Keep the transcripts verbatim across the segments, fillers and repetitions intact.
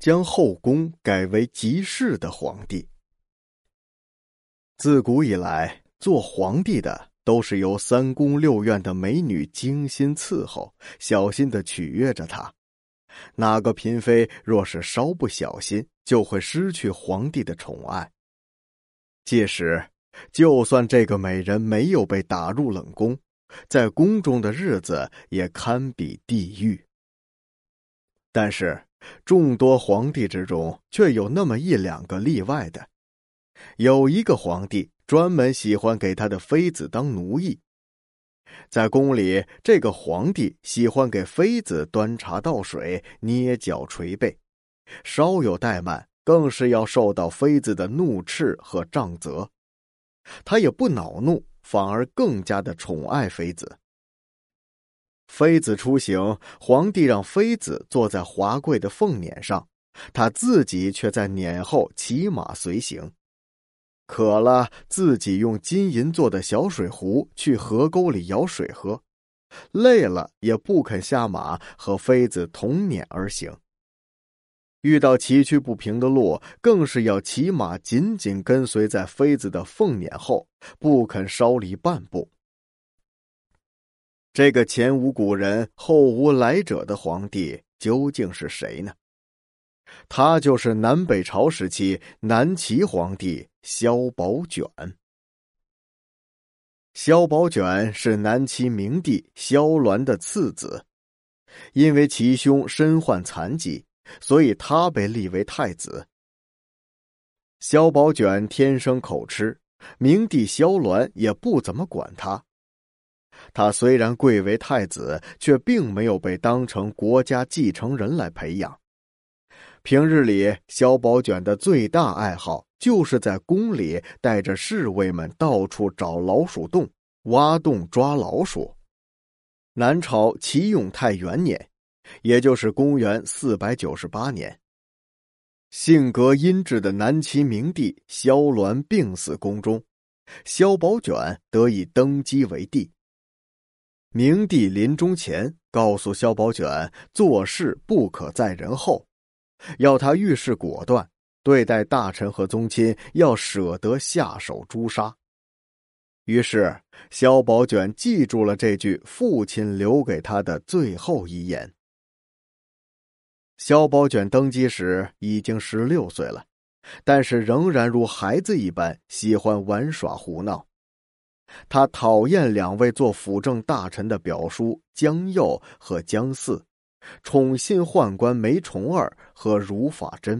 将后宫改为集市的皇帝。自古以来，做皇帝的都是由三宫六院的美女精心伺候，小心地取悦着他。哪个嫔妃若是稍不小心，就会失去皇帝的宠爱。届时，就算这个美人没有被打入冷宫，在宫中的日子也堪比地狱。但是，众多皇帝之中，却有那么一两个例外的。有一个皇帝专门喜欢给他的妃子当奴役。在宫里，这个皇帝喜欢给妃子端茶倒水、捏脚捶背，稍有怠慢，更是要受到妃子的怒斥和杖责。他也不恼怒，反而更加的宠爱妃子。妃子出行，皇帝让妃子坐在华贵的凤辇上，他自己却在辇后骑马随行。渴了，自己用金银做的小水壶去河沟里舀水喝，累了也不肯下马和妃子同辇而行。遇到崎岖不平的路，更是要骑马紧紧跟随在妃子的凤辇后，不肯稍离半步。这个前无古人后无来者的皇帝究竟是谁呢？他就是南北朝时期南齐皇帝萧宝卷。萧宝卷是南齐明帝萧鸾的次子，因为其兄身患残疾，所以他被立为太子。萧宝卷天生口吃，明帝萧鸾也不怎么管他。他虽然贵为太子，却并没有被当成国家继承人来培养。平日里，萧宝卷的最大爱好就是在宫里带着侍卫们到处找老鼠洞，挖洞抓老鼠。南朝齐永泰元年，也就是公元四百九十八年，性格阴鸷的南齐明帝萧鸾病死宫中，萧宝卷得以登基为帝。明帝临终前告诉萧宝卷，做事不可在人后，要他遇事果断，对待大臣和宗亲要舍得下手诛杀。于是萧宝卷记住了这句父亲留给他的最后遗言。萧宝卷登基时已经十六岁了，但是仍然如孩子一般喜欢玩耍胡闹。他讨厌两位做辅政大臣的表叔江右和江四，宠信宦官梅重儿和如法真。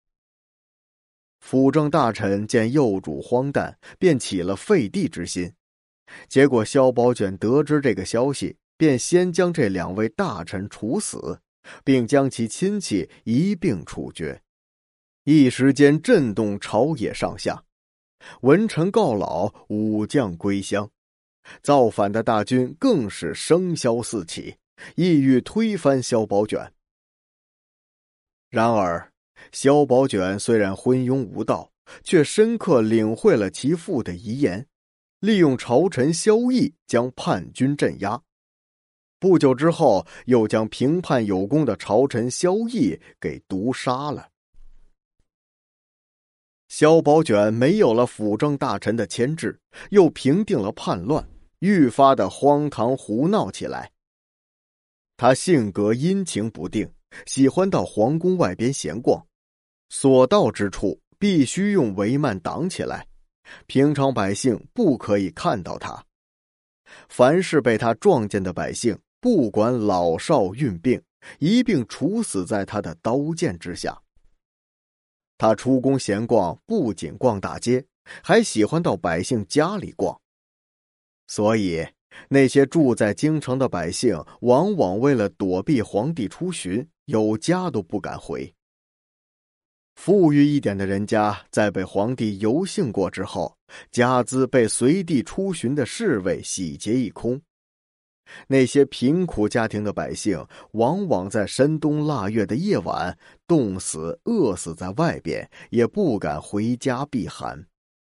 辅政大臣见幼主荒诞，便起了废帝之心。结果萧宝卷得知这个消息，便先将这两位大臣处死，并将其亲戚一并处决，一时间震动朝野上下。文臣告老，武将归乡，造反的大军更是声萧四起，意欲推翻萧宝卷。然而萧宝卷虽然昏庸无道，却深刻领会了其父的遗言，利用朝臣萧绎将叛军镇压。不久之后，又将平叛有功的朝臣萧绎给毒杀了。萧宝卷没有了辅政大臣的牵制，又平定了叛乱，愈发的荒唐胡闹起来。他性格阴晴不定，喜欢到皇宫外边闲逛，所到之处必须用帷幔挡起来，平常百姓不可以看到他。凡是被他撞见的百姓，不管老少孕病，一并处死在他的刀剑之下。他出宫闲逛，不仅逛大街，还喜欢到百姓家里逛。所以那些住在京城的百姓往往为了躲避皇帝出巡，有家都不敢回。富裕一点的人家在被皇帝游幸过之后，家资被随地出巡的侍卫洗劫一空。那些贫苦家庭的百姓往往在深冬腊月的夜晚冻死饿死在外边，也不敢回家避寒。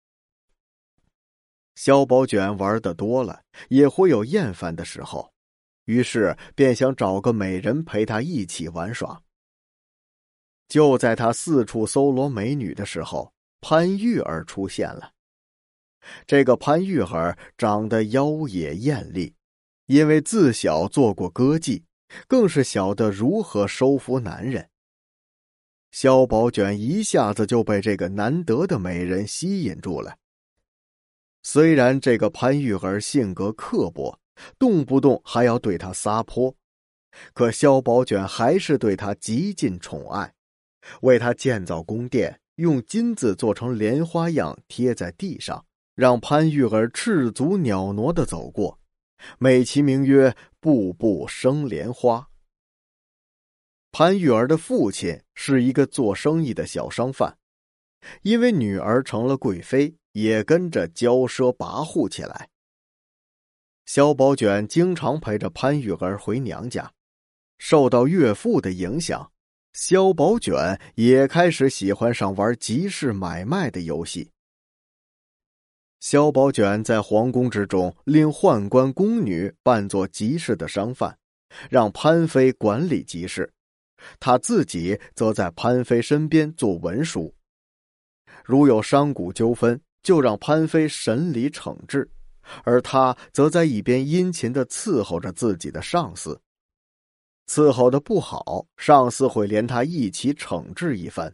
萧宝卷玩得多了，也会有厌烦的时候，于是便想找个美人陪他一起玩耍。 就在他四处搜罗美女的时候，潘玉儿出现了。这个潘玉儿长得妖冶艳丽，因为自小做过歌妓，更是晓得如何收服男人。萧宝卷一下子就被这个难得的美人吸引住了。虽然这个潘玉儿性格刻薄，动不动还要对他撒泼，可萧宝卷还是对他极尽宠爱，为他建造宫殿，用金子做成莲花样贴在地上，让潘玉儿赤足袅娜地走过，美其名曰步步生莲花。潘玉儿的父亲是一个做生意的小商贩，因为女儿成了贵妃，也跟着骄奢跋扈起来。萧宝卷经常陪着潘玉儿回娘家，受到岳父的影响，萧宝卷也开始喜欢上玩集市买卖的游戏。萧宝卷在皇宫之中令宦官宫女扮作集市的商贩，让潘妃管理集市，他自己则在潘妃身边做文书。如有商贾纠纷，就让潘妃审理惩治，而他则在一边殷勤地伺候着自己的上司。伺候的不好，上司会连他一起惩治一番。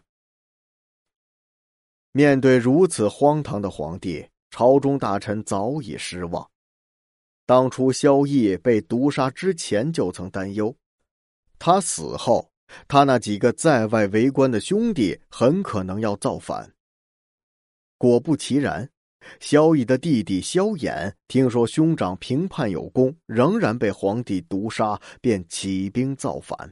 面对如此荒唐的皇帝，朝中大臣早已失望。当初萧绎被毒杀之前就曾担忧，他死后，他那几个在外为官的兄弟很可能要造反。果不其然，萧绎的弟弟萧衍听说兄长平叛有功，仍然被皇帝毒杀，便起兵造反。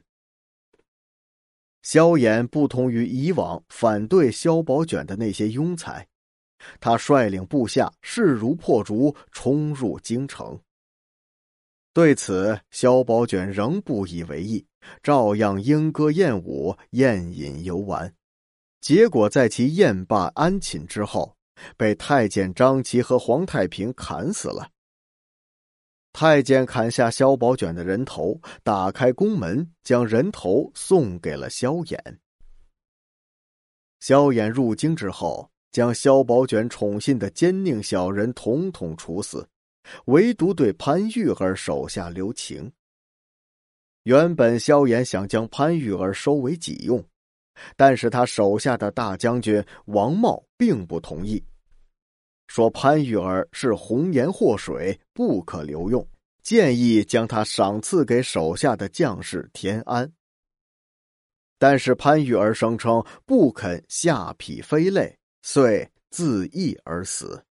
萧衍不同于以往反对萧宝卷的那些庸才，他率领部下势如破竹，冲入京城。对此，萧宝卷仍不以为意，照样莺歌燕舞，宴饮游玩。结果在其宴罢安寝之后，被太监张琪和皇太平砍死了。太监砍下萧宝卷的人头，打开宫门，将人头送给了萧衍。萧衍入京之后，将萧宝卷宠信的奸佞小人统统处死，唯独对潘玉儿手下留情。原本萧衍想将潘玉儿收为己用，但是他手下的大将军王茂并不同意，说潘玉儿是红颜祸水，不可留用，建议将他赏赐给手下的将士田安。但是潘玉儿声称不肯下匹飞类，遂自缢而死。